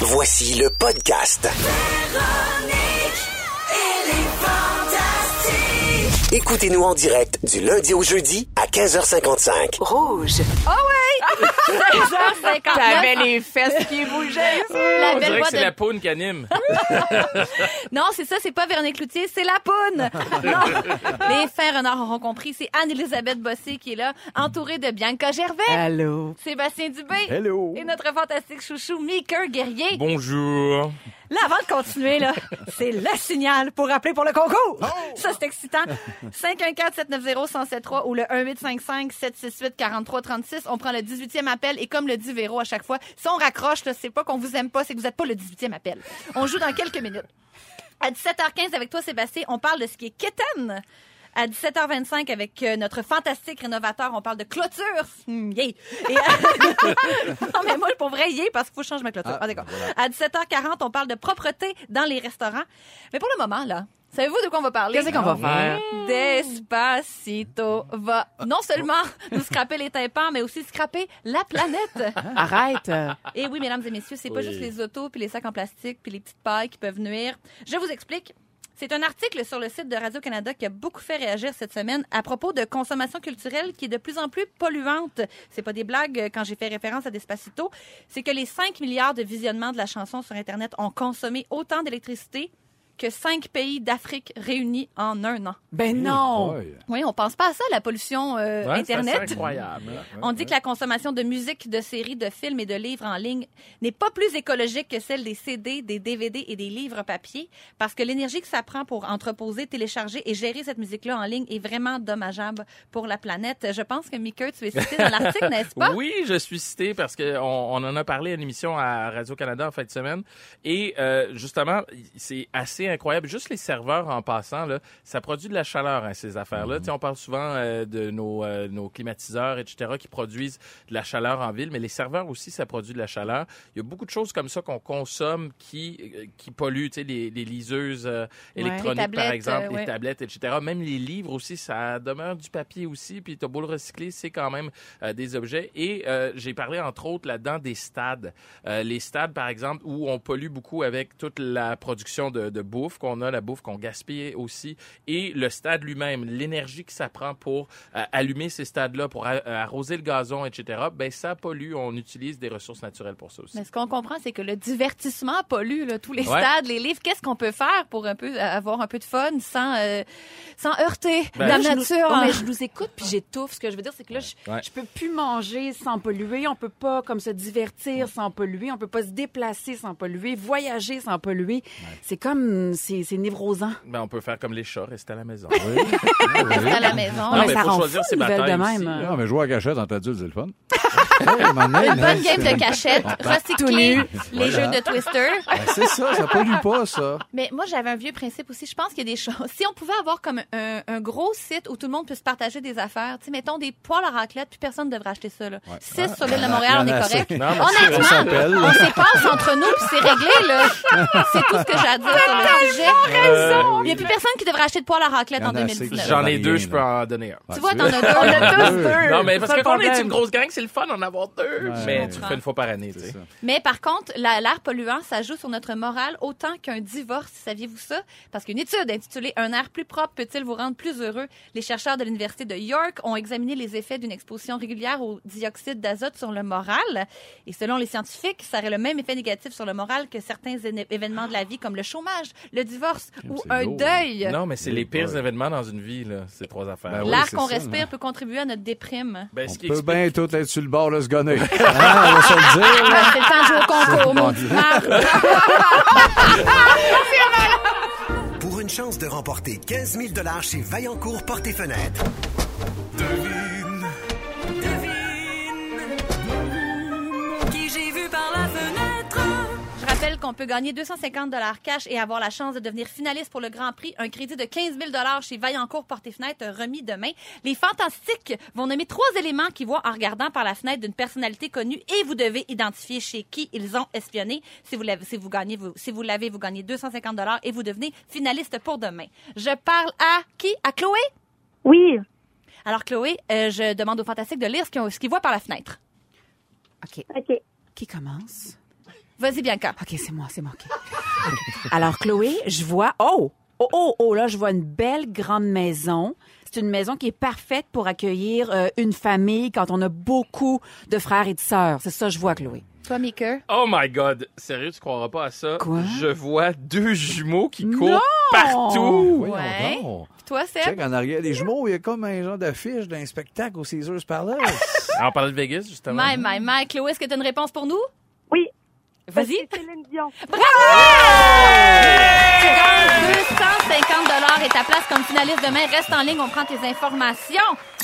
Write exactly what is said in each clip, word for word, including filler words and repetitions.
Voici le podcast. Écoutez-nous en direct du lundi au jeudi à quinze heures cinquante-cinq. Rouge. Oh oui! seize heures cinquante-neuf. T'avais les fesses qui bougeaient. La On belle dirait voix que c'est de... la poune qui anime. Non, c'est ça, c'est pas Véronique Cloutier, c'est la poune. Non. Les fins renards auront compris, c'est Anne-Élisabeth Bossé qui est là, entourée de Bianca Gervais, Allô. Sébastien Dubé Hello. et notre fantastique chouchou Mika Guerrier. Bonjour. Là, avant de continuer, là, c'est le signal pour appeler pour le concours. Ça, c'est excitant. cinq un quatre sept neuf zéro un zéro sept trois ou le un huit cinq cinq sept six huit quatre trois trois six. On prend le dix-huitième appel et comme le dit Véro à chaque fois, si on raccroche, là, c'est pas qu'on vous aime pas, c'est que vous êtes pas le dix-huitième appel. On joue dans quelques minutes. À dix-sept heures quinze avec toi, Sébastien, on parle de ce qui est quétaine. À dix-sept heures vingt-cinq, avec euh, notre fantastique rénovateur, on parle de clôture. Mmh, yeah. Et, euh... non, mais moi, pour vrai, yeah, parce qu'il faut que je change ma clôture. Ah, ah, d'accord. Voilà. À dix-sept heures quarante, on parle de propreté dans les restaurants. Mais pour le moment, là, savez-vous de quoi on va parler? Qu'est-ce qu'on va faire? Despacito va non seulement nous scraper les tympans, mais aussi scraper la planète. Arrête. Et oui, mesdames et messieurs, c'est pas Oui. juste les autos, puis les sacs en plastique, puis les petites pailles qui peuvent nuire. Je vous explique. C'est un article sur le site de Radio-Canada qui a beaucoup fait réagir cette semaine à propos de consommation culturelle qui est de plus en plus polluante. C'est pas des blagues quand j'ai fait référence à Despacito. C'est que les cinq milliards de visionnements de la chanson sur Internet ont consommé autant d'électricité que cinq pays d'Afrique réunis en un an. Ben non. Ouais. Oui, on pense pas à ça, la pollution euh, Ouais, Internet. C'est incroyable. On dit que la consommation de musique, de séries, de films et de livres en ligne n'est pas plus écologique que celle des C D, des D V D et des livres papier parce que l'énergie que ça prend pour entreposer, télécharger et gérer cette musique-là en ligne est vraiment dommageable pour la planète. Je pense que Mika, tu es cité dans l'article, n'est-ce pas? Oui, je suis cité parce que on, on en a parlé à une émission à Radio-Canada en fin de semaine. Et euh, justement, c'est assez incroyable. Juste les serveurs, en passant, là, ça produit de la chaleur, hein, ces affaires-là. Mm-hmm. Tu sais, on parle souvent euh, de nos, euh, nos climatiseurs, et cetera, qui produisent de la chaleur en ville, mais les serveurs aussi, ça produit de la chaleur. Il y a beaucoup de choses comme ça qu'on consomme qui, euh, qui polluent, tu sais, les, les liseuses euh, électroniques, les tablettes, par exemple, euh, les ouais. tablettes, et cetera. Même les livres aussi, ça demeure du papier aussi, puis t'as beau le recycler, c'est quand même euh, des objets. Et euh, j'ai parlé, entre autres, là-dedans, des stades. Euh, les stades, par exemple, où on pollue beaucoup avec toute la production de, de bouffe qu'on a, la bouffe qu'on gaspille aussi, et le stade lui-même, l'énergie que ça prend pour euh, allumer ces stades-là, pour a- arroser le gazon, et cetera, ben ça pollue. On utilise des ressources naturelles pour ça aussi. Mais ce qu'on comprend, c'est que le divertissement pollue là, tous les Ouais. stades, les livres. Qu'est-ce qu'on peut faire pour un peu avoir un peu de fun sans, euh, sans heurter Ben, la Je nous- nature? Oh, mais je nous écoute puis j'étouffe. Ce que je veux dire, c'est que là, je, Ouais. je peux plus manger sans polluer. On peut pas comme se divertir sans polluer. On peut pas se déplacer sans polluer, voyager sans polluer. C'est comme, c'est, c'est névrosant. Ben, on peut faire comme les chats, rester à la maison. Rester à la maison. Non, mais mais ça faut rend choisir fou, ses une nouvelle batailles de aussi, même. là. Non, mais jouer à cachette entre adultes, c'est le fun. Hey, à un moment donné, Une bonne hein, game c'est- de cachette, recycler les jeux de Twister. Ben, c'est ça, ça pollue pas, ça. Mais moi, j'avais un vieux principe aussi. Je pense qu'il y a des choses. Si on pouvait avoir comme un, un gros site où tout le monde peut se partager des affaires, tu sais, mettons des poêles à raclette, puis personne ne devrait acheter ça. Là. Six sur l'île de Montréal, on Il y en est a correct. assez. Non, mais On s'appelle. Honnêtement, on s'épasse entre nous, puis c'est réglé, là. C'est tout ce que j'ai à dire sur le sujet. raison. Il n'y a plus personne qui devrait acheter de poêle à raclette Il y en en a deux assez mille qui dix-neuf. s'en- J'en ai rien, deux, je peux là. en donner un. Ah, Tu vois, tu t'en as veux? deux. On a tous Deux. deux. Non, mais parce C'est que pas quand le on est problème. une grosse gang, c'est le fun d'en avoir deux. Ouais. Mais Ouais. tu le fais une fois par année, tu C'est sais. ça. Mais par contre, la- l'air polluant, ça joue sur notre morale autant qu'un divorce. Saviez-vous ça? Parce qu'une étude intitulée « Un air plus propre peut-il vous rendre plus heureux ?» Les chercheurs de l'Université de York ont examiné les effets d'une exposition régulière au dioxyde d'azote sur le moral. Et selon les scientifiques, ça aurait le même effet négatif sur le moral que certains éne- événements de la vie comme le chômage, le divorce ou c'est un lourd. deuil. Non, mais c'est les pires Ouais. événements dans une vie, là, ces trois affaires. Ben oui, L'air c'est qu'on ça, respire non? peut contribuer à notre déprime. Ben, On ce qui peut explique- bien tout être sur le bord de se gonner. Hein, on va se le dire. là. Ah, c'est le temps de jouer au concours, maudite marde. Pour une chance de remporter quinze mille dollars chez Vaillancourt Portes et Fenêtres. Devine. Devine. Qui j'ai vu par la fenêtre. Je rappelle qu'on peut gagner deux cent cinquante dollars cash et avoir la chance de devenir finaliste pour le Grand Prix. Un crédit de quinze mille dollars chez Vaillancourt Portes et Fenêtres remis demain. Les Fantastiques vont nommer trois éléments qui voient en regardant par la fenêtre d'une personnalité connue et vous devez identifier chez qui ils ont espionné. Si vous l'avez, si vous gagnez, vous, si vous l'avez, vous gagnez deux cent cinquante dollars et vous devenez finaliste pour demain. Je parle à qui? À Chloé? Oui. Alors Chloé, euh, je demande aux Fantastiques de lire ce qu'ils, ont- ce qu'ils voient par la fenêtre. OK. OK. Qui commence? Vas-y, Bianca. OK, c'est moi, c'est moi. OK. Alors, Chloé, je vois... Oh! Oh, oh, oh, là, je vois une belle grande maison. C'est une maison qui est parfaite pour accueillir euh, une famille quand on a beaucoup de frères et de sœurs. C'est ça que je vois, Chloé. Toi, Mika. Oh my God! Sérieux, tu croiras pas à ça? Quoi? Je vois deux jumeaux qui courent Non! partout. Voyons Ouais. donc. Puis toi, Seb. Check en arrière des jumeaux, il y a comme un genre d'affiche d'un spectacle au Caesars Palace. Ah, on parlait de Vegas, justement. My, my, my. Chloé, est-ce que tu as une réponse pour nous? Oui. Vas-y. C'est Céline Dion. Tu gagnes deux cent cinquante dollars et ta place comme finaliste demain. Reste en ligne, on prend tes informations.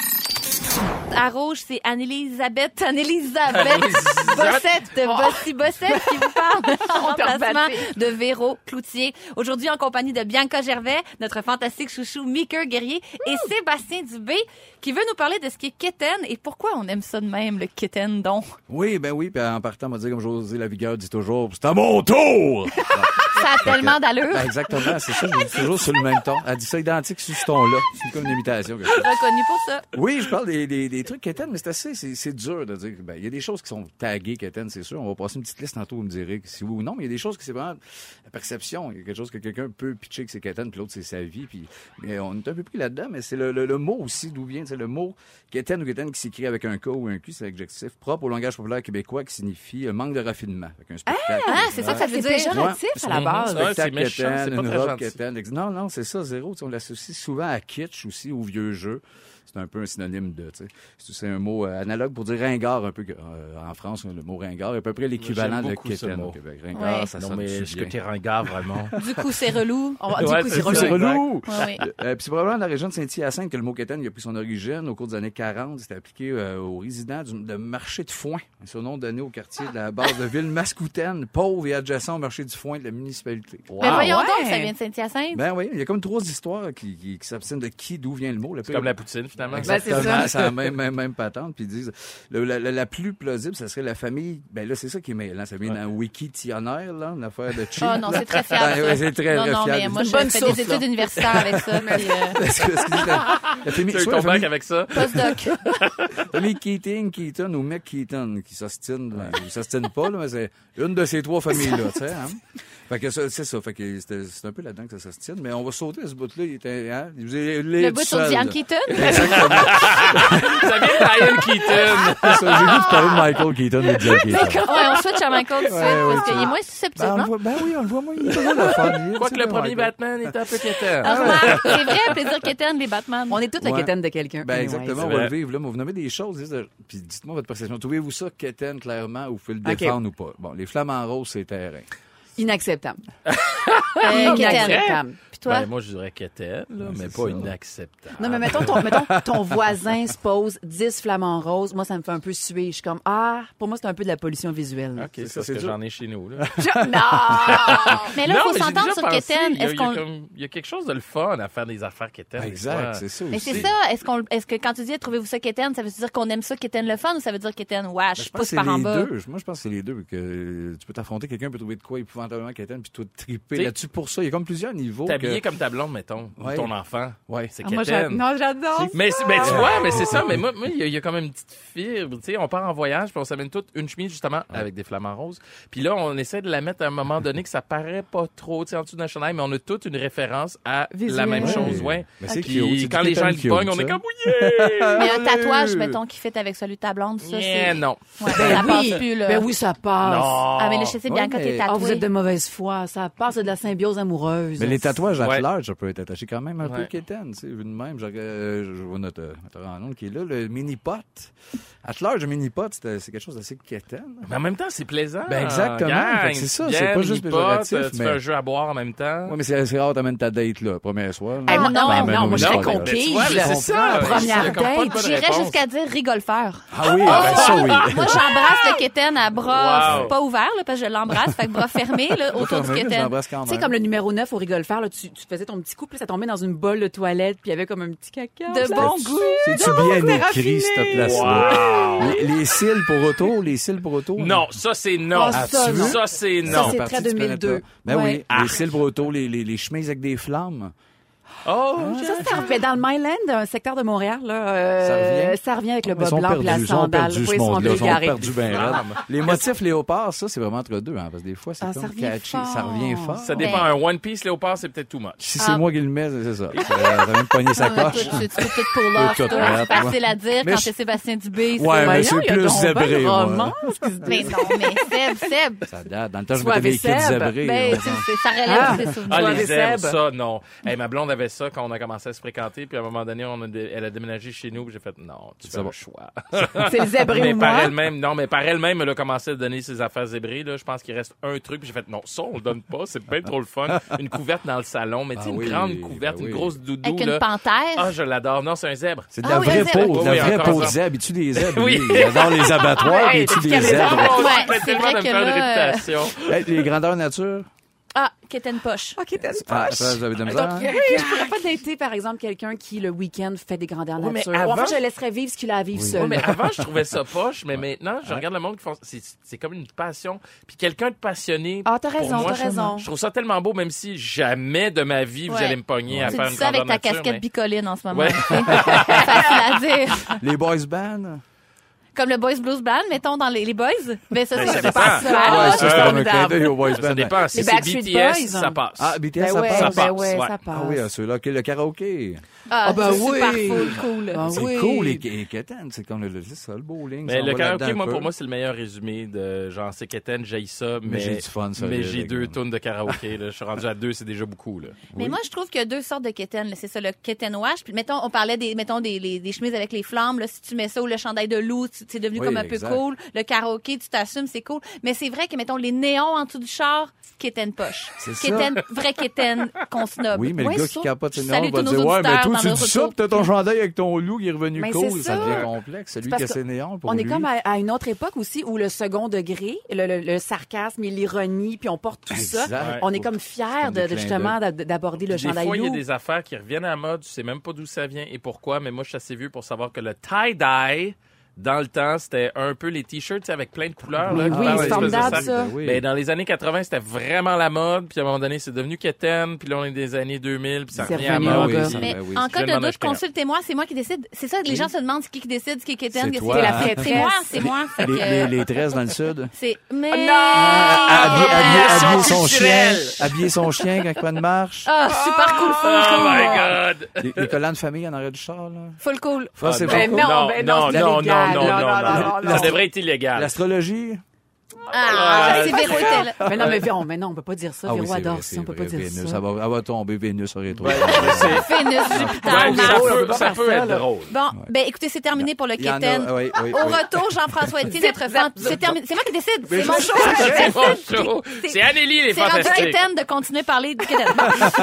À rouge, c'est Anne-Élisabeth, Anne-Élisabeth Bossette de Bossy Bossette qui vous parle en remplacement de Véro Cloutier. Aujourd'hui, en compagnie de Bianca Gervais, notre fantastique chouchou Mika Guerrier et Sébastien Dubé qui veut nous parler de ce qui est kitten et pourquoi on aime ça de même, le kitten, donc. Oui, ben oui, puis en partant, on m'a dit, comme José Lavigueur dit toujours, c'est à mon tour! Ça a tellement d'allure. Ben exactement, c'est ça, je dis toujours sur le même ton. Elle dit ça identique sur ce ton-là. C'est comme une imitation. Que je fais. Reconnu pour ça. Oui, je parle des, des, des trucs quétaines, mais c'est assez, c'est, c'est dur de dire. Ben, il y a des choses qui sont taguées quétaines, c'est sûr. On va passer une petite liste tantôt, vous me direz si oui ou non, mais il y a des choses qui c'est vraiment la perception. Il y a quelque chose que quelqu'un peut pitcher que c'est quétaine, puis l'autre c'est sa vie. Puis, mais on est un peu pris là-dedans, mais c'est le, le, le mot aussi d'où vient. C'est le mot quétaine ou quétaine qui s'écrit avec un K ou un Q, c'est l'adjectif propre au langage populaire québécois qui signifie un manque de raffinement. Avec un spectacle. Ah, c'est ça que ça veut C'est dire. péjoratif à la base. Ouais, c'est Spectacle méchant, quétaine, c'est pas une très robe gentil. quétaine. Non, non, c'est ça, zéro. Tu sais, on l'associe souvent à kitsch aussi, au vieux jeu. C'est un peu un synonyme de, tu sais. C'est c'est un mot euh, analogue pour dire ringard, un peu. que, euh, en France, le mot ringard est à peu près l'équivalent J'aime de beaucoup ce quétaine mot. au Québec. Ringard, Ouais. ça Non, sonne mais plus est-ce que bien. t'es ringard, vraiment? Du coup, c'est relou. On va- du Ouais, coup, c'est c'est ça. relou. C'est relou! Oui, oui. Euh, puis c'est probablement dans la région de Saint-Hyacinthe que le mot quétaine il a pris son origine au cours des années quarante. C'était appliqué euh, aux résidents du de marché de foin. C'est un nom donné au quartier de la base de ville mascoutaine, pauvre et adjacent au marché du foin de la municipalité. Mais voyons ouais. donc, ça vient de Saint-Hyacinthe. Ben oui, il y a comme trois histoires qui, qui, qui s'abstiennent de qui, d'où vient le mot. Le C'est comme la poutine, finalement. Ben, c'est Exactement, ça. c'est la même, même, même patente. Puis ils disent, le- la, la, la plus plausible, ça serait la famille. Ben là, c'est ça qui est mêlant. Ça vient d'un Wikitionnaire, là, une affaire de cheat. Oh non, c'est très fiable. Ben, ça. ouais, c'est très, non, très non, fiable. mais moi, C'est je une bonne fais source, des là. études universitaires avec ça. Puis, euh, Parce que- parce que la, la famille, Tu as eu soit ton la famille, bac avec ça? postdoc. la famille Keating, Keaton ou McKeaton qui s'ostinent. ben, Ils s'ostinent pas, là, mais c'est une de ces trois familles-là, tu sais, hein. Fait que ça, c'est ça. Fait que c'est c'est un peu là-dedans que ça s'ostine. Mais on va sauter à ce bout-là. Il était, hein, vous avez Le bout sur Diane Keaton. Ça vient de Diane Keaton. C'est ça, j'ai vu tu parlais de Michael Keaton et Diane Keaton. Ouais, on switch à Michael tout de suite Ouais, ouais, parce qu'il tu- est moins susceptible, Ben, on le non? voit, ben oui, on le voit, moi, il est toujours le fun. Il est- Quoique c'est le le premier Michael. Batman était un peu quétaine. Ah, remarque, c'est vrai, plaisir Kéten, les Batman. On est toutes la Ouais. quétaine de quelqu'un. Ben, Anyway. exactement, c'est on va vrai. le vivre. Là, mais vous nommez des choses, dites- puis dites-moi votre perception. Trouvez-vous ça quétaine, clairement, ou vous pouvez le Ok. défendre ou pas? Bon, les flamants roses, c'est terrain. Inacceptable. Euh, Kéten. Inacceptable. Puis toi? Ben, moi, je dirais quétaine, là, mais c'est pas ça. inacceptable. Non, mais mettons ton, mettons, ton voisin se pose dix flamants roses. Moi, ça me fait un peu suer. Je suis comme, ah, pour moi, c'est un peu de la pollution visuelle. là. OK, c'est ça, parce c'est que dur. j'en ai chez nous, là. Je- Non! Mais là, il Non, faut mais j'ai s'entendre déjà sur pensé, Kéten. il y a- Est-ce il y a qu'on... comme- Il y a quelque chose de le fun à faire des affaires quétaines. des Exact, fois. c'est ça Mais aussi. c'est ça. Est-ce qu'on, est-ce que quand tu dis trouvez-vous ça Kéten, ça veut dire qu'on aime ça Kéten le fun ou ça veut dire Kéten Ben, wesh, je pense pousse que c'est par en les bas? deux. Moi, je pense que c'est les deux. Que tu peux t'affronter, quelqu'un peut trouver de quoi épouvantablement quétaine, puis toi triper T'sais, là-dessus pour ça. Il y a comme plusieurs niveaux. T'habiller que... comme ta blonde, mettons, ou Ouais. ton enfant. Ouais. C'est Ah, moi, j'a- quétaine. non, j'adore. Mais, c'est- ben, tu vois, mais c'est ça. Mais moi, moi, il y, a- il y a quand même une petite fibre. Tu sais, on part en voyage, puis on s'amène toute une chemise, justement, avec des flamants roses. Puis là, on essaie de la mettre à un moment donné que ça paraît pas trop, tu sais, en dessous d'un chandail, mais on a toute une référence à Visuel. la même Ouais. chose, ouais. Mais c'est Puis cute, c'est quand du les gens quétaine le cute, pognent, on ça. est comme, oui, yeah! Mais un tatouage, Allez! mettons, qui fait avec celui de ta blonde, ça, Yeah, c'est... non. Ouais, Ben ça oui. passe plus, là. Ben oui, ça passe. Non. Ah, mais là, je sais bien Ouais, quand t'es mais- tatoué. Ah, vous êtes de mauvaise foi. Ça passe de la symbiose amoureuse. Mais les tatouages à Ouais. large, ça peut être attaché quand même un peu Ouais. quétaine, tu sais, vu de même. Je, euh, je vois notre, notre Renaud qui est là, le mini-pot. À large, le mini-pot, c'est c'est quelque chose d'assez quétaine. Mais en même temps, c'est plaisant. Ben, exactement. Gang, Fait que c'est ça, tu c'est pas viennes, juste ils potent, péjoratif, Tu mais- fais un jeu à boire en même temps. Ouais, mais c'est c'est rare, t'amènes ta date, là, premier soir. Eh, là. moi, non, Ben, non, non, moi, je non, serais mais tu conquise. vois, mais c'est ça. Première C'est comme pas de date. bonne J'irais réponse. jusqu'à dire rigolfeur. Ah oui, ben ça, oui. Moi, j'embrasse le Kéten à bras Wow. pas ouverts, là, parce que je l'embrasse, fait que bras fermés, là, autour du Moi, je Kéten. l'embrasse quand Tu sais, même. comme le numéro neuf au rigole-faire, là, tu, tu faisais ton petit coup, puis ça tombait dans une bolle de toilette, puis il y avait comme un petit caca. De bon goût. C'est-tu bien écrit, cette place-là? Wow. Les, les cils pour auto, les cils pour auto. Non, ça, c'est non. Ah, ça, non. Ça, c'est Ça, non. c'est Parti très du deux mille deux. planète, là. Ben Ouais. oui, les cils pour auto, les, les, les chemises avec des flammes. Oh, Ça, ça revient dans le Mainland, un secteur de Montréal, là. euh, Ça revient? ça revient avec le Mais bas ils sont blanc et la perdus, ils sont sandale. perdus, Oui, ce ils sont monde-là. Ils sont égarés. perdus bien raide. Les motifs léopards, ça, c'est vraiment entre deux, hein, parce que des fois, c'est Ah, comme ça revient catchy. fort. Ça revient fort. ça dépend. Un One Piece léopard, c'est peut-être too much. Si c'est Ah. moi qui le mets, c'est ça. Ça ça va même pogner sa Ouais, toi, coche. tu, tu peux tout pour l'off, Tout toi. mettre, C'est facile à dire Mais quand je- t'es Sébastien Dubé. Ouais, mais Voyons, c'est il y a plus donc zébré, ben de moi. romance qui se Mais dit. non, mais Seb, Seb. Ça date. Dans le temps, je Soirée mettais des kids Seb. zébrés. Ben, là. tu sais, c'est- ça relève Ah. des souvenirs. Ah, Soirée les zèbres, Seb. ça, non. Hey, ma blonde avait ça quand on a commencé à se fréquenter, puis à un moment donné, on a dé- elle a déménagé chez nous, puis j'ai fait, non, tu fais va. le choix. C'est le zébré mais ou par moi. elle-même, non, mais par elle-même, elle a commencé à donner ses affaires zébrées, là. Je pense qu'il reste un truc, puis j'ai fait, non, ça, on le donne pas, c'est bien trop le fun. Une couverte dans le salon, mais tu sais, Ah une oui, grande couverte, ben oui. une grosse doudou, Avec là. une panthère. Ah, je l'adore. Non, c'est un zèbre. C'est de Ah la oui, vraie un zèbre. peau, de la Oui, vraie encore peau de ça. zèbre. Il tue des zèbres. Oui. lui. Il adore les abattoirs, puis il tue des Ouais, zèbres. Oh, Ouais, ça fait c'est tellement vrai de me que faire une là, euh, réputation. Hey, les grandeurs nature. Ah, Kitten Poche. OK, t'as Ah, ça, vous avez de la misère, hein? Oui, je pourrais pas dater, par exemple, quelqu'un qui, le week-end, fait des grandeurs Oui, mais nature. avant- Ou enfin, je laisserais vivre ce qu'il a à vivre seul. Oui, mais avant, je trouvais ça poche, mais maintenant, je regarde le monde qui font, c'est, c'est comme une passion. Puis quelqu'un de passionné. Ah, t'as pour raison, moi, t'as je- raison. Je trouve ça tellement beau, même si jamais de ma vie, vous Ouais. allez me pogner à Tu faire dis une ça avec grandeur ta nature, casquette mais- bicoline en ce moment. Ouais. Facile à dire. Les boys bands. Comme le Boys Blues Band, mettons, dans les, les Boys. Mais ça, Ben, c'est ça c'est dépend. pas ça. Ah, Ouais, c'est ça, c'est un formidable. clin d'œil aux boys Ça bands. dépend. Si Les c'est Backstreet B T S, Boys. ça passe. Ah, B T S, Ben ça ouais, passe. Ça ben passe, ouais, ouais. ça passe. Ah oui, euh, ceux-là, que le karaoké. Ah, ben c'est oui. super full, cool. Ah C'est oui. cool, les les quétaines. C'est comme le, le, c'est ça, le bowling. Mais ça, le on va karaoké, là-dedans moi, un pour peu. moi, c'est le meilleur résumé de genre, c'est quétaine, j'haïs ça, mais, Mais j'ai du fun, ça, mais les- j'ai les deux gars. tonnes de karaoké, là. Je suis rendu à deux, c'est déjà beaucoup, là. Mais Oui. moi, je trouve qu'il y a deux sortes de quétaines. là. C'est ça, le quétaine wash. Puis, mettons, on parlait des, mettons, des, les- des chemises avec les flammes. Là, si tu mets ça ou le chandail de loup, tu- c'est devenu Oui, comme un exact. peu cool. Le karaoké, tu t'assumes, c'est cool. Mais c'est vrai que, mettons, les néons en dessous du char, quétaine poche. C'est ça. Quétaine, vraie quétaine qu'on snob. Oui, mais Ouais, le gars ça. qui capote Je ses salue néons va tous dire, nos ouais, mais auditeurs toi, dans tu le dis ça, retour. pis t'as ton chandail avec ton loup qui est revenu Mais cool. c'est Ça ça. devient complexe. Celui Parce qui a que ses néons pour On lui. est comme à, à une autre époque aussi où le second degré, le, le- le sarcasme et l'ironie, puis on porte tout ça. Exact. On est comme fiers comme des de, de clins justement d'ab- d'aborder le Des chandail fois, il y a loup. des affaires qui reviennent à la mode, tu sais même pas d'où ça vient et pourquoi, mais moi, je suis assez vieux pour savoir que le tie-dye, dans le temps, c'était un peu les t-shirts, tu sais, avec plein de couleurs, là. Mais qui oui, parlent c'est d'espèce de formidable, sac. ça. Ben oui. Ben, dans les années quatre-vingts, c'était vraiment la mode, puis à un moment donné, c'est devenu quétaine, puis là, on est des années deux mille, puis ça C'est revient à revenu mode. au Ah oui, gars. ça, Mais ben oui. en Je cas viens de m'en doute, acheter un. consultez-moi, c'est moi qui décide. C'est ça, les gens se demandent c'est qui qui décide, ce qui est quétaine, C'est qu'est-ce toi, qui est la hein? traîtresse. C'est moi, c'est moi. Fait que, Les, les, les tresses dans le sud. C'est mais Habiller, habiller- Ah, habiller son chien. culturel. Habiller son chien quand il prend une marche. Ah, super cool, full Oh cool. my God! Les, les collants de famille en arrière du char, là. Full cool. Ça, c'est ben pas non, cool. non, ben non, non, c'est non, illégal. non, Non, non, non, non, non, Ça non. devrait être illégal. L'astrologie. Ah, c'est Véro était là. Mais non, mais Véron, mais non, on peut pas dire ça. Ah oui, Véro c'est adore vrai, ça, c'est on peut vrai, pas dire Vénus. ça. Elle va, elle va tomber Vénus sur rétro. Ouais, c'est- Vénus, Jupiter, Ouais, Mars. ça on peut peut, pas ça faire peut ça, être là. drôle. Bon, ben écoutez, c'est terminé pour le Il y en a, quétaine. oui, oui, Au oui. retour, Jean-François Etier, notre fan. C'est terminé. C'est moi qui décide. C'est mon show. C'est mon show. C'est- C'est Anneli, les C'est rendu fantastiques. quétaine de continuer à parler du quétaine. Bon.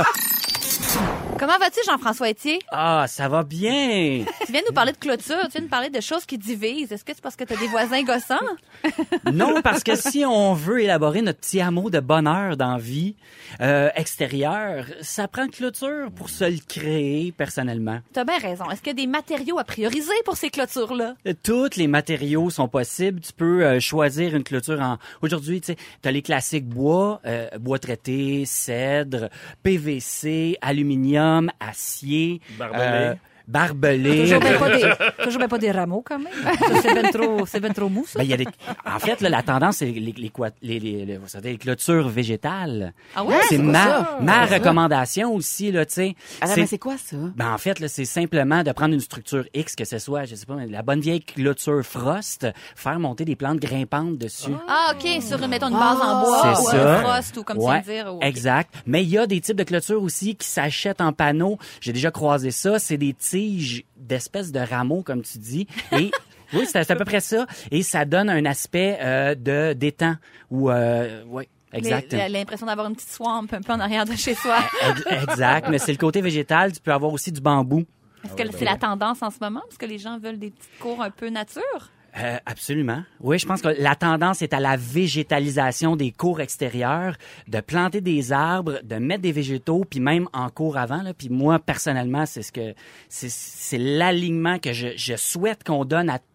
Comment vas-tu, Jean-François Etier? Ah, ça va bien. Tu viens de nous parler de clôture, tu viens de nous parler de choses qui divisent. Est-ce que c'est parce que tu as des voisins gossants? Non, parce que si on veut élaborer notre petit hameau de bonheur dans la vie euh, extérieure, ça prend clôture pour se le créer personnellement. T'as bien raison. Est-ce qu'il y a des matériaux à prioriser pour ces clôtures-là? Tous les matériaux sont possibles. Tu peux euh, choisir une clôture en... Aujourd'hui, tu sais, t'as les classiques bois, euh, bois traité, cèdre, P V C, aluminium, acier... Barbelé. barbelé. Toujours bien pas des, toujours bien pas des rameaux, quand même. Ça, c'est bien trop, c'est bien trop mou, ça. Ben, il y a des... En fait, là, la tendance, c'est les, les, quoi- les, les, les, vous savez, les clôtures végétales. Ah ouais? C'est c'est quoi ma, ça? ma C'est ça? recommandation aussi, là, tu sais. Ah, C'est- mais c'est quoi ça? Ben, en fait, là, c'est simplement de prendre une structure X, que ce soit, je sais pas, la bonne vieille clôture Frost, faire monter des plantes grimpantes dessus. Ah, OK. Sur, mettons, une base en bois C'est ou ça. un frost ou comme Ouais, tu viens de dire. ou- exact. Mais il y a des types de clôtures aussi qui s'achètent en panneaux. J'ai déjà croisé ça. C'est des tiges d'espèces de rameaux, comme tu dis. Et oui, c'est c'est à peu près ça. Et ça donne un aspect euh, de d'étang ou euh, ouais. Exact. Les- L'impression d'avoir une petite swamp un peu en arrière de chez soi. Ex- Exact. Mais c'est le côté végétal. Tu peux avoir aussi du bambou. Est-ce que c'est la tendance en ce moment? Parce que les gens veulent des petites cours un peu nature? Euh, absolument. Oui, je pense que la tendance est à la végétalisation des cours extérieurs, de planter des arbres, de mettre des végétaux, puis même en cours avant. Là. Puis moi, personnellement, c'est ce que c'est, c'est l'alignement que je, je souhaite qu'on donne à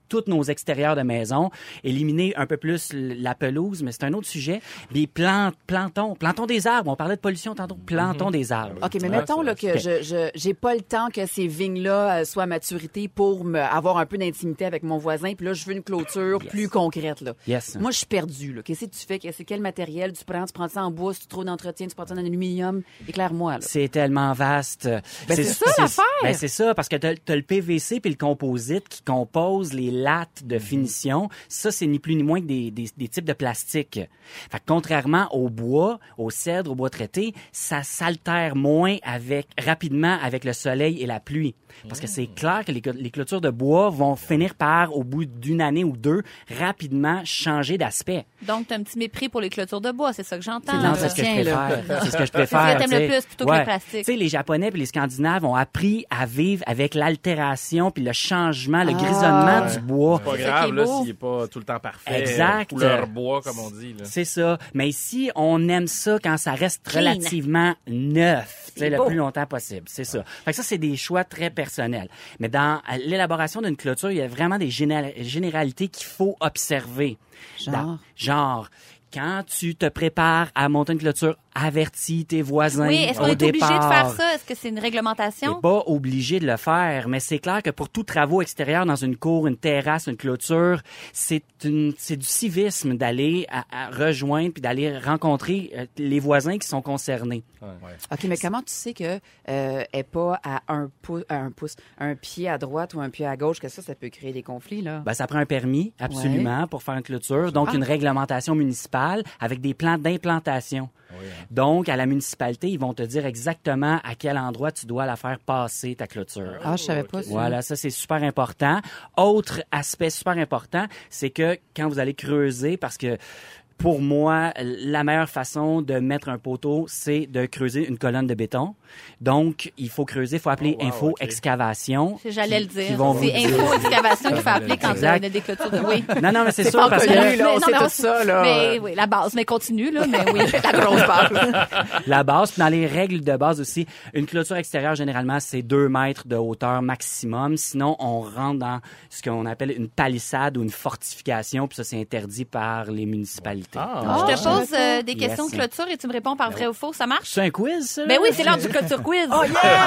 tous nos extérieurs de maison, éliminer un peu plus la pelouse, mais c'est un autre sujet. Les plants, plantons, plantons des arbres. On parlait de pollution tantôt. Plantons mm-hmm. des arbres. OK, mais mettons là, que je, je j'ai pas le temps que ces vignes-là soient à maturité pour me, avoir un peu d'intimité avec mon voisin. Puis là, je veux une clôture yes. plus concrète. Là. Yes. Moi, je suis perdue. Là. Qu'est-ce que tu fais? Qu'est-ce, quel matériel tu prends? Tu prends ça en bois? Si tu trouves d'entretien, tu prends ça en aluminium? Éclaire-moi. Là. C'est tellement vaste. Ben, c'est, c'est ça l'affaire! Ben, c'est ça, parce que t'as, t'as le P V C puis le composite qui compose les lattes de finition. Mm-hmm. Ça, c'est ni plus ni moins que des, des, des types de plastique. Fait que contrairement au bois, au cèdre, au bois traité, ça s'altère moins avec rapidement avec le soleil et la pluie. Parce que c'est clair que les, les clôtures de bois vont finir par, au bout d'une année ou deux, rapidement changer d'aspect. Donc, t'as un petit mépris pour les clôtures de bois, c'est ça que j'entends. Non, c'est ce que je préfère. C'est ce que je préfère. C'est ce que t'aimes le plus plutôt ouais. que le plastique. Tu sais, les Japonais et les Scandinaves ont appris à vivre avec l'altération puis le changement, le ah, grisonnement ouais. du bois. C'est pas grave, là, s'il est pas tout le temps parfait. Exact. Couleur bois, comme on dit. Là. C'est ça. Mais ici, on aime ça quand ça reste Clean. relativement neuf, tu sais, le plus longtemps possible. C'est ça. Fait que ça, c'est des choix très personnels. Mais dans l'élaboration d'une clôture, il y a vraiment des géné- généralités qu'il faut observer. Genre? Dans, genre, quand tu te prépares à monter une clôture, avertis tes voisins Oui, est-ce qu'on au est obligé départ. de faire ça? Est-ce que c'est une réglementation? T'es pas obligé de le faire, mais c'est clair que pour tout travaux extérieur dans une cour, une terrasse, une clôture, c'est une, c'est du civisme d'aller à, à rejoindre puis d'aller rencontrer euh, les voisins qui sont concernés. Ouais. OK, mais comment tu sais que euh, est pas à un pouce, à un pouce, un pied à droite ou un pied à gauche, que ça, ça peut créer des conflits, là? Ben, ça prend un permis, absolument, ouais. pour faire une clôture. Donc, ah. une réglementation municipale avec des plans d'implantation. Oui, hein. Donc, à la municipalité, ils vont te dire exactement à quel endroit tu dois la faire passer, ta clôture. Ah, je savais pas ça. Voilà, ça, c'est super important. Autre aspect super important, c'est que quand vous allez creuser, parce que pour moi, la meilleure façon de mettre un poteau, c'est de creuser une colonne de béton. Donc, il faut creuser, il faut appeler oh, wow, info okay. excavation. J'allais qui, le dire. Qui vont c'est info excavation qu'il faut appeler quand il y a des clôtures de... Oui. Non, non, mais c'est, c'est pas sûr parce connu, que... là, on mais, sait non, tout ça, là. Mais oui, la base, mais continue, là, mais oui, la grosse base. La base, puis dans les règles de base aussi, une clôture extérieure, généralement, c'est deux mètres de hauteur maximum. Sinon, on rentre dans ce qu'on appelle une palissade ou une fortification, puis ça, c'est interdit par les municipalités. Ah. Donc, je te pose euh, des questions yes. de clôture et tu me réponds par vrai ou faux. Ça marche? C'est un quiz, ça? Ben oui, c'est l'heure du clôture quiz. Oh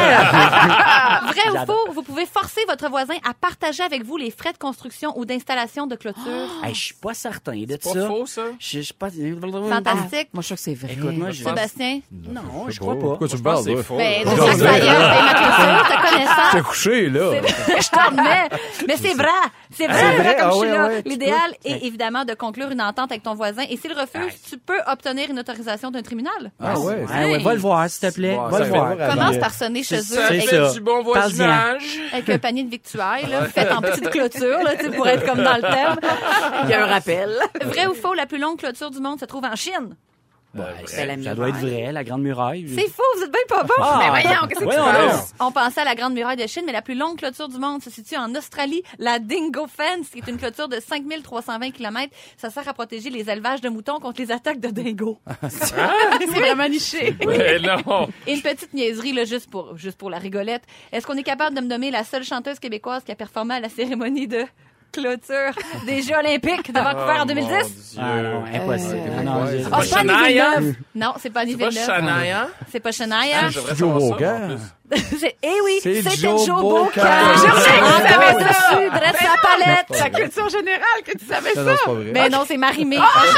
yeah! Vrai ou faux, vous pouvez forcer votre voisin à partager avec vous les frais de construction ou d'installation de clôture? Oh. Hey, je suis pas certain de c'est ça. C'est pas faux, ça? Je suis pas... Fantastique. Moi, je suis sûr que c'est vrai. Écoute, moi, je Sébastien? Non, je crois pas. Pourquoi tu me parles? C'est faux. Ben, tu sais que ça y est, ma clôture, t'as connaissance. T'es couché, là. Je t'en remets. Mais c'est vrai. C'est vrai, c'est vrai. comme Ah, je suis ouais, là. ouais, L'idéal est évidemment de conclure une entente avec ton voisin. Et s'il refuse, tu peux obtenir une autorisation d'un tribunal. Ah ouais. Ah ouais, va le voir, s'il te plaît. Bon, va le voir. Commence par sonner chez eux ça, avec, fait du bon voisinage. avec un panier de victuailles, là, fait en petite clôture, là, pour être comme dans le thème. Il y a un rappel. Vrai ou faux, la plus longue clôture du monde se trouve en Chine? Bon, c'est la ça doit être vrai, la Grande Muraille. C'est faux, vous êtes bien pas bon. Ah, mais voyons, qu'est-ce que voyons, tu voyons. penses? On pensait à la Grande Muraille de Chine, mais la plus longue clôture du monde se situe en Australie, la Dingo Fence, qui est une clôture de cinq mille trois cent vingt kilomètres. Ça sert à protéger les élevages de moutons contre les attaques de dingo. C'est vraiment niché. Mais non. Et une petite niaiserie, là, juste pour, juste pour la rigolette. Est-ce qu'on est capable de me nommer la seule chanteuse québécoise qui a performé à la cérémonie de clôture des Jeux olympiques de Vancouver oh, en deux mille dix? Ah non, impossible. Euh, Ah, non, j'ai- Oh, pas c'est pas Annie Shania? Villeneuve. Non, c'est pas Annie C'est pas Villeneuve. Shania? C'est pas Shania. Ah, je devrais Joe savoir ça, Bocan. en plus. C'est- Eh oui, C'est c'était Joe Joe Bocan. Bocan. Ah, Je sais que je tu savais savais ça. dessus, dresse sa palette. La culture générale que tu savais Non, ça. non, c'est pas vrai. Mais non, c'est Marie-Mé.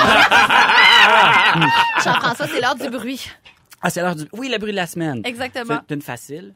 Jean-François, c'est l'heure du bruit. Ah, c'est l'heure du... Oui, le bruit de la semaine. Exactement. C'est une facile.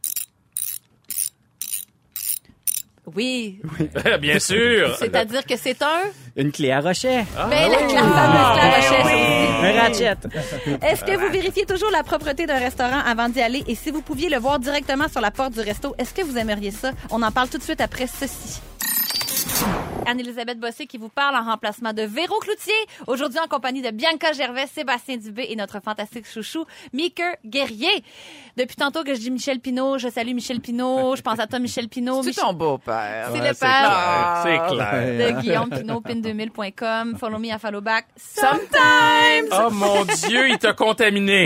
Oui. Bien sûr. C'est-à-dire que c'est un... Une clé à rochet. Ben, la, la fameuse clavachette. Un ratchet. Est-ce que vous vérifiez toujours la propreté d'un restaurant avant d'y aller? Et si vous pouviez le voir directement sur la porte du resto, est-ce que vous aimeriez ça? On en parle tout de suite après ceci. Anne-Élisabeth Bossé qui vous parle en remplacement de Véro Cloutier. Aujourd'hui, en compagnie de Bianca Gervais, Sébastien Dubé et notre fantastique chouchou, Mika Guerrier. Depuis tantôt que je dis Michel Pinault, je salue Michel Pinault, je pense à toi, Michel Pinault. C'est Mich- ton beau-père. C'est Ouais, le père C'est clair. de Guillaume Pinault, pin deux mille point com. Follow me à follow back. Sometimes! Oh mon Dieu, il t'a contaminé.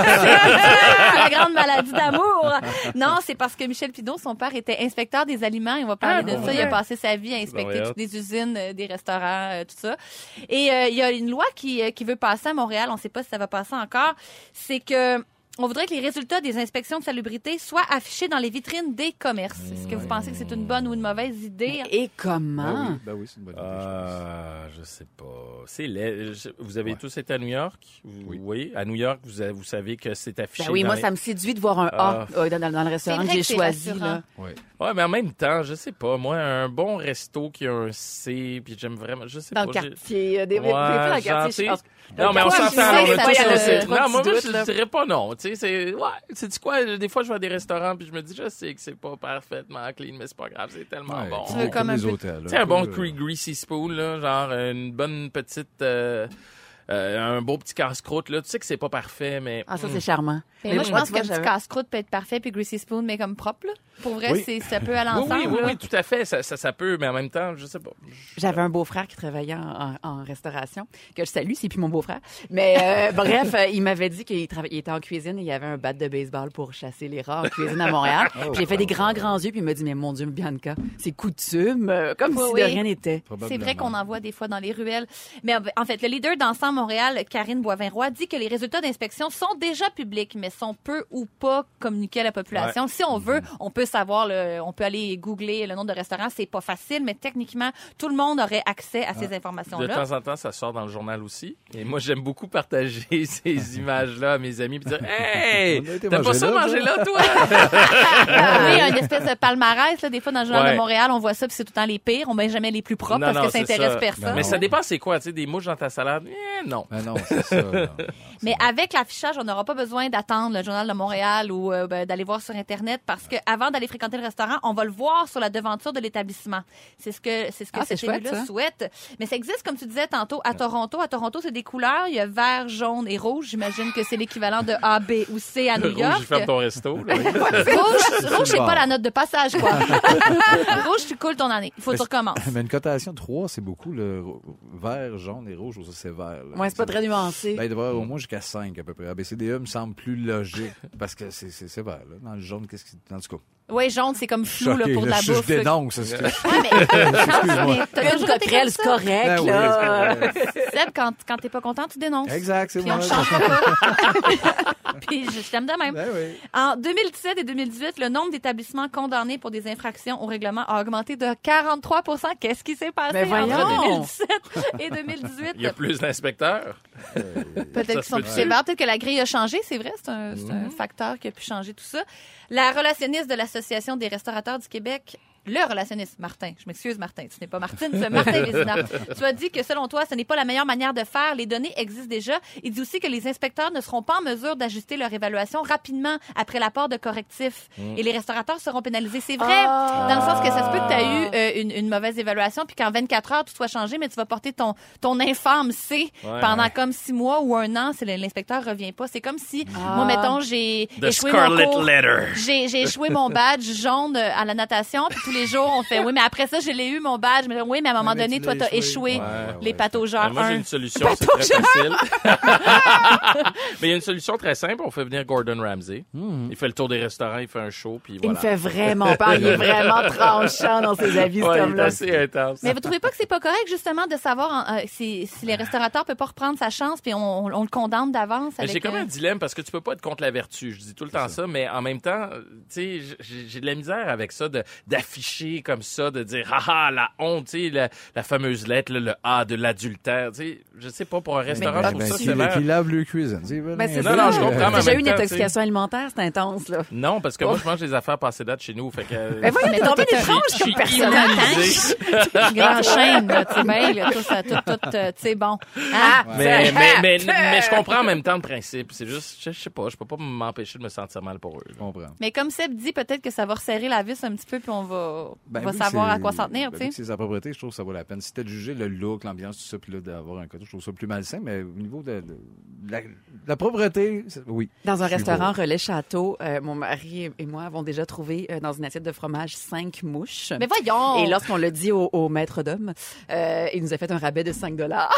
La grande maladie d'amour. Non, c'est parce que Michel Pinault, son père, était inspecteur des aliments. Et on va parler Ah, de ça. ouais. Il a passé sa vie à inspecter Ouais. toutes les usines, euh, des restaurants, euh, tout ça. Et euh, il y a une loi qui, euh, qui veut passer à Montréal. On ne sait pas si ça va passer encore. C'est que on voudrait que les résultats des inspections de salubrité soient affichés dans les vitrines des commerces. Est-ce que vous pensez que c'est une bonne ou une mauvaise idée? Et Ben comment? oui, ben oui, c'est une bonne idée. je pense. Euh, je sais pas. C'est laid. Je- Vous avez Ouais. tous été à New York? Vous, Oui. oui. À New York, vous, avez- vous savez que c'est affiché. Ben oui, dans moi, les- ça me séduit de voir un A Ah. euh, dans, dans le restaurant C'est que vrai j'ai que c'est choisi. rassurant. Là. Ouais. Ouais, mais en même temps, je sais pas. Moi, un bon resto qui a un C, puis j'aime vraiment. Je sais Dans pas. le j'ai- quartier. euh, Des, Ouais, des- pas dans le quartier, gentil. je pense. Non, mais on Toi, s'entend. tu sais, là, on a ça tous te- un C. trop Non, du moi, moi, doute, je là. dirais pas non. Tu sais, c'est. Ouais, sais-tu quoi? Des fois, je vais à des restaurants, puis je me dis, je sais que c'est pas parfaitement clean, mais c'est pas grave, c'est tellement Ouais, bon. Tu veux comme comme un les peu- hôtels. Tu sais, un bon peu, gre- greasy spoon, là, genre une bonne petite... euh, euh, un beau petit casse-croûte, là. Tu sais que c'est pas parfait, mais... Ah, ça, mm. c'est charmant. Mais Mais moi, je moi, pense tu vois, qu'un petit j'avais- casse-croûte peut être parfait, puis Greasy Spoon, mais comme propre, là. Pour vrai, Oui. c'est, ça peut aller Oui, ensemble. oui, oui, là. oui, tout à fait. Ça, ça, ça peut, mais en même temps, je sais pas. J'avais un beau-frère qui travaillait en, en- en restauration, que je salue, c'est plus mon beau-frère. Mais euh, bref, euh, il m'avait dit qu'il trava- il était en cuisine et il y avait un bat de baseball pour chasser les rats en cuisine à Montréal. Oh, Puis j'ai fait des grands, grands yeux, puis il m'a dit, mais mon Dieu, Bianca, c'est coutume, euh, comme Oui, si oui. de rien n'était. C'est vrai qu'on en voit des fois dans les ruelles. Mais en fait, le leader d'Ensemble Montréal, Karine Boivin-Roy, dit que les résultats d'inspection sont déjà publics, mais sont peu ou pas communiqués à la population. Si on veut, on peut savoir, le, on peut aller googler le nom de restaurant. C'est pas facile, mais techniquement, tout le monde aurait accès à ces De informations-là. temps en temps, ça sort dans le journal aussi. Et moi, j'aime beaucoup partager ces images-là à mes amis, puis dire, hey, On a été t'as pas manger ça là, mangé là, toi? Ah oui, une espèce de palmarès. Là, des fois, dans le Journal Ouais. de Montréal, on voit ça, puis c'est tout le temps les pires. On met jamais les plus propres Non, parce non, que ça c'est intéresse ça. personne. Mais Non. ça dépend, c'est quoi, tu sais, des mouches dans ta salade? Eh, non. Ah non, c'est ça. non. Mais avec l'affichage, on n'aura pas besoin d'attendre le Journal de Montréal ou euh, ben, d'aller voir sur Internet parce que avant d'aller fréquenter le restaurant, on va le voir sur la devanture de l'établissement. C'est ce que c'est ce que Ah, c'est cet chouette, élu-là ça. souhaite. Mais ça existe, comme tu disais tantôt, à Toronto. À Toronto, c'est des couleurs. Il y a vert, jaune et rouge. J'imagine que c'est l'équivalent de A, B ou C à New Rouge, York. il ferme ton resto. là. Rouge, rouge, c'est bon. pas la note de passage, quoi. Rouge, tu coules ton année. Il faut que tu recommences. Mais une cotation de trois, c'est beaucoup. Le ro- vert, jaune et rouge, ça, c'est vert. là. Ouais, c'est pas très nuancé. Ben, il devrait y avoir au moins jusqu'à cinq à peu près. A B C D E me semble plus logique parce que c'est, c'est, c'est vert. Là. Dans le jaune, qu'est-ce qui. En tout cas. Oui, jaune, c'est comme flou là, choqué, pour de là, la je, bouffe. je dénonce. c'est ce que- Ouais, mais, mais t'as Une toujours été coquerelle, comme c'est ça. correct, Ben oui, là. c'est correct. Seb, quand, quand t'es pas content, tu dénonces. Exact, c'est Puis moi. on change pas. Puis je, je t'aime de même. Ben oui. En deux mille dix-sept et deux mille dix-huit, le nombre d'établissements condamnés pour des infractions au règlement a augmenté de quarante-trois pour cent. Qu'est-ce qui s'est passé Mais voyons. entre deux mille dix-sept et deux mille dix-huit? Il y a plus d'inspecteurs. Peut-être Ça qu'ils se sont peut plus dire. sévères. Peut-être que la grille a changé, c'est vrai. C'est un, c'est un facteur qui a pu changer tout ça. La relationniste de l'Association des restaurateurs du Québec, le relationniste, Martin, je m'excuse Martin, ce n'est pas Martine, c'est Martin Vézina. Tu as dit que selon toi, ce n'est pas la meilleure manière de faire. Les données existent déjà. Il dit aussi que les inspecteurs ne seront pas en mesure d'ajuster leur évaluation rapidement après l'apport de correctifs. Et les restaurateurs seront pénalisés. C'est vrai, dans le sens que ça se peut que tu as eu euh, une, une mauvaise évaluation puis qu'en vingt-quatre heures, tout soit changé, mais tu vas porter ton, ton infâme C Ouais, pendant ouais. comme six mois ou un an si l'inspecteur revient pas. C'est comme si, Ah. moi, mettons, j'ai The échoué mon Scarlet cours. Letter. J'ai, j'ai échoué mon badge jaune euh, à la natation, puis tous les jours, on fait, oui, mais après ça, je l'ai eu, mon badge. Mais oui, mais à un moment mais donné, tu toi, l'as t'as échoué, échoué. Ouais, ouais, les ouais. pataugeurs Ben, moi, j'ai un. une solution, c'est très facile. Mais il y a une solution très simple. On fait venir Gordon Ramsay. Il fait le tour des restaurants, il fait un show, puis Il me voilà. fait vraiment peur. Il est vraiment tranchant dans ses avis, Ouais, cet il est homme-là. assez intense. Mais vous trouvez pas que c'est pas correct, justement, de savoir euh, si, si les restaurateurs peuvent pas reprendre sa chance, puis on, on, on le condamne d'avance Mais avec... J'ai comme euh, un dilemme parce que tu peux pas être contre la vertu. Je dis tout le temps ça, mais en même temps, euh, tu sais, j'ai j'ai de la misère avec ça de d'afficher comme ça, de dire ah ah la honte, tu sais, la, la fameuse lettre, là, le A de l'adultère. Tu sais, je sais pas pour un restaurant, je trouve ça qui, sévère. qui lave le cuisine. tu sais, Ben, ben, c'est Non, ça. non, je comprends, mais en J'ai déjà eu même une temps, intoxication alimentaire, c'est intense, là. Non, parce que moi, je mange des affaires passées date chez nous. Fait que, Mais voyons, t'es tombé toi, d'étrange je comme suis personne. immunisé. Grand chaîne, là, tu sais bien, là, tout ça, tout, tout, euh, tu sais, bon. Hein? Mais, mais, mais, mais je comprends en même temps le principe. C'est juste, je, je sais pas, je peux pas m'empêcher de me sentir mal pour eux. Je comprends. Mais comme Seb dit, peut-être que ça va resserrer la vis un petit peu, puis on va, va, Ben, va vu que savoir c'est- à quoi s'en tenir, ben, tu vu sais. que c'est sa propriété, je trouve que ça vaut la peine. Si t'as de juger le look, l'ambiance, tout ça, puis là, d'avoir un coteau, je trouve ça plus malsain, mais au niveau de, de- de la, de la propriété, c'est- oui. Dans un Je suis restaurant pour. Relais Château, euh, mon mari et moi avons déjà trouvé euh, dans une assiette de fromage cinq mouches. Mais voyons! Et lorsqu'on l'a dit au, au maître d'homme, euh, il nous a fait un rabais de cinq dollars.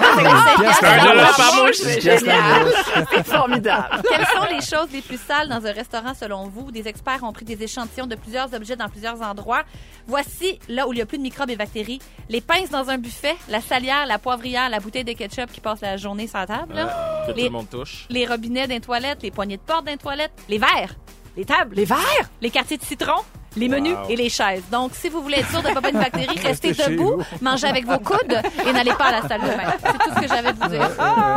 Un dollar par mouche. C'est génial. C'est formidable. Quelles sont les choses les plus sales dans un restaurant selon vous? Des experts ont pris des échantillons de plusieurs objets dans plusieurs endroits. Voici là où il n'y a plus de microbes et bactéries. Les pinces dans un buffet, la salière, la poivrière, la bouteille de ketchup qui passe la journée sur la table. là. Que tout Les- le monde touche. Les robinets d'un toilette, les poignées de porte d'un toilette, les verres, les tables, Les verres! les quartiers de citron, les menus Wow. et les chaises. Donc, si vous voulez être sûr de ne pas avoir une bactérie, restez Restez chez debout, vous. mangez avec vos coudes et n'allez pas à la salle de bain. C'est tout ce que j'avais à vous dire.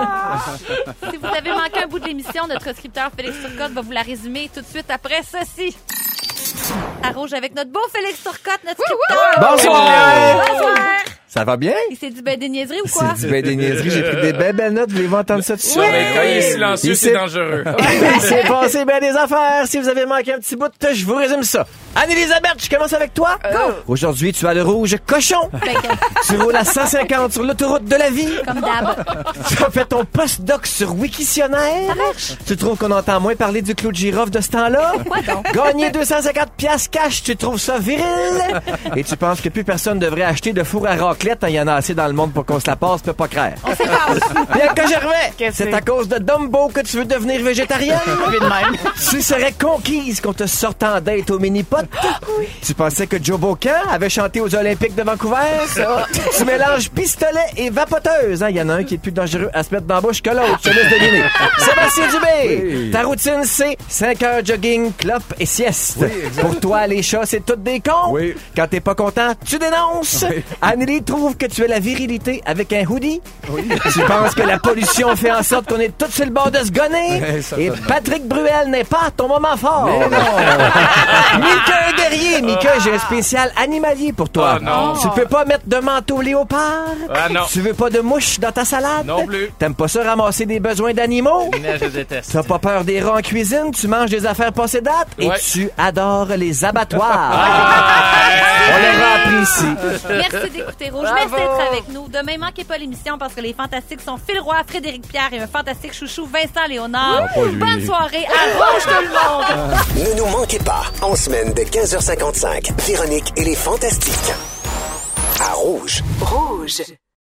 Si vous avez manqué un bout de l'émission, notre scripteur Félix Turcotte va vous la résumer tout de suite après ceci. À Rouge avec notre beau Félix Turcotte, notre scripteur. Bonsoir! Bonsoir! Ça va bien? Il s'est dit ben des niaiseries ou quoi? C'est du ben des niaiseries. J'ai pris des belles, belles notes. Voulez-vous entendre ça tout de suite? Mais quand il est silencieux, Il c'est s'est- dangereux. Il s'est passé bien des affaires. Si vous avez manqué un petit bout, je vous résume ça. Anne-Elisabeth, je commence avec toi. Aujourd'hui, tu as le rouge cochon. Ben, que- Tu roules à cent cinquante sur l'autoroute de la vie. comme d'hab. Tu as fait ton post-doc sur Wikitionnaire. Ça marche. Tu trouves qu'on entend moins parler du clou de girofle de ce temps-là? Quoi donc? Gagner deux cent cinquante piastres cash, tu trouves ça viril? Et tu penses que plus personne devrait acheter de four à raclette, hein, il y en a assez dans le monde pour qu'on se la passe, peut pas craire. On s'épasse. Bianca Gervais, Qu'est-ce c'est que à cause de Dumbo que tu veux devenir végétarienne? Tu serais conquise qu'on te sorte en date au mini-pot? Tu pensais que Joe Bocan avait chanté aux Olympiques de Vancouver? Tu mélanges pistolet et vapoteuse. Hein? Il y en a un qui est plus dangereux à se mettre dans la bouche que l'autre. Je te laisse deviner. Sébastien Dubé, Oui. ta routine, c'est cinq heures jogging, clope et sieste. Oui, exact. Pour toi, les chats, c'est toutes des cons. Oui. Quand t'es pas content, tu dénonces. Oui. Anneli trouve que tu es la virilité avec un hoodie. Tu penses que la pollution fait en sorte qu'on est tous sur le bord de se gonner. Oui, Et certainement. Patrick Bruel n'est pas ton moment fort. Mais non. Mika Derrier, Mika, j'ai un spécial animalier pour toi. Oh non. Tu peux pas mettre de manteau léopard. Ah non. Tu veux pas de mouches dans ta salade. Non plus. T'aimes pas ça ramasser des besoins d'animaux. Mais je déteste. T'as pas peur des rats en cuisine, tu manges des affaires passées date et Ouais. tu adores les abattoirs. Ah, On l'aura appris ici. Merci d'écouter Rouge. Merci d'être avec nous. Demain, manquez pas l'émission parce que les fantastiques sont Phil Roy, Frédéric Pierre et un fantastique chouchou, Vincent Léonard. pas lui. Bonne soirée à Rouge tout le monde! Ne nous manquez pas, en semaine de quinze heures cinquante-cinq, Véronique et les Fantastiques. À Rouge. Rouge.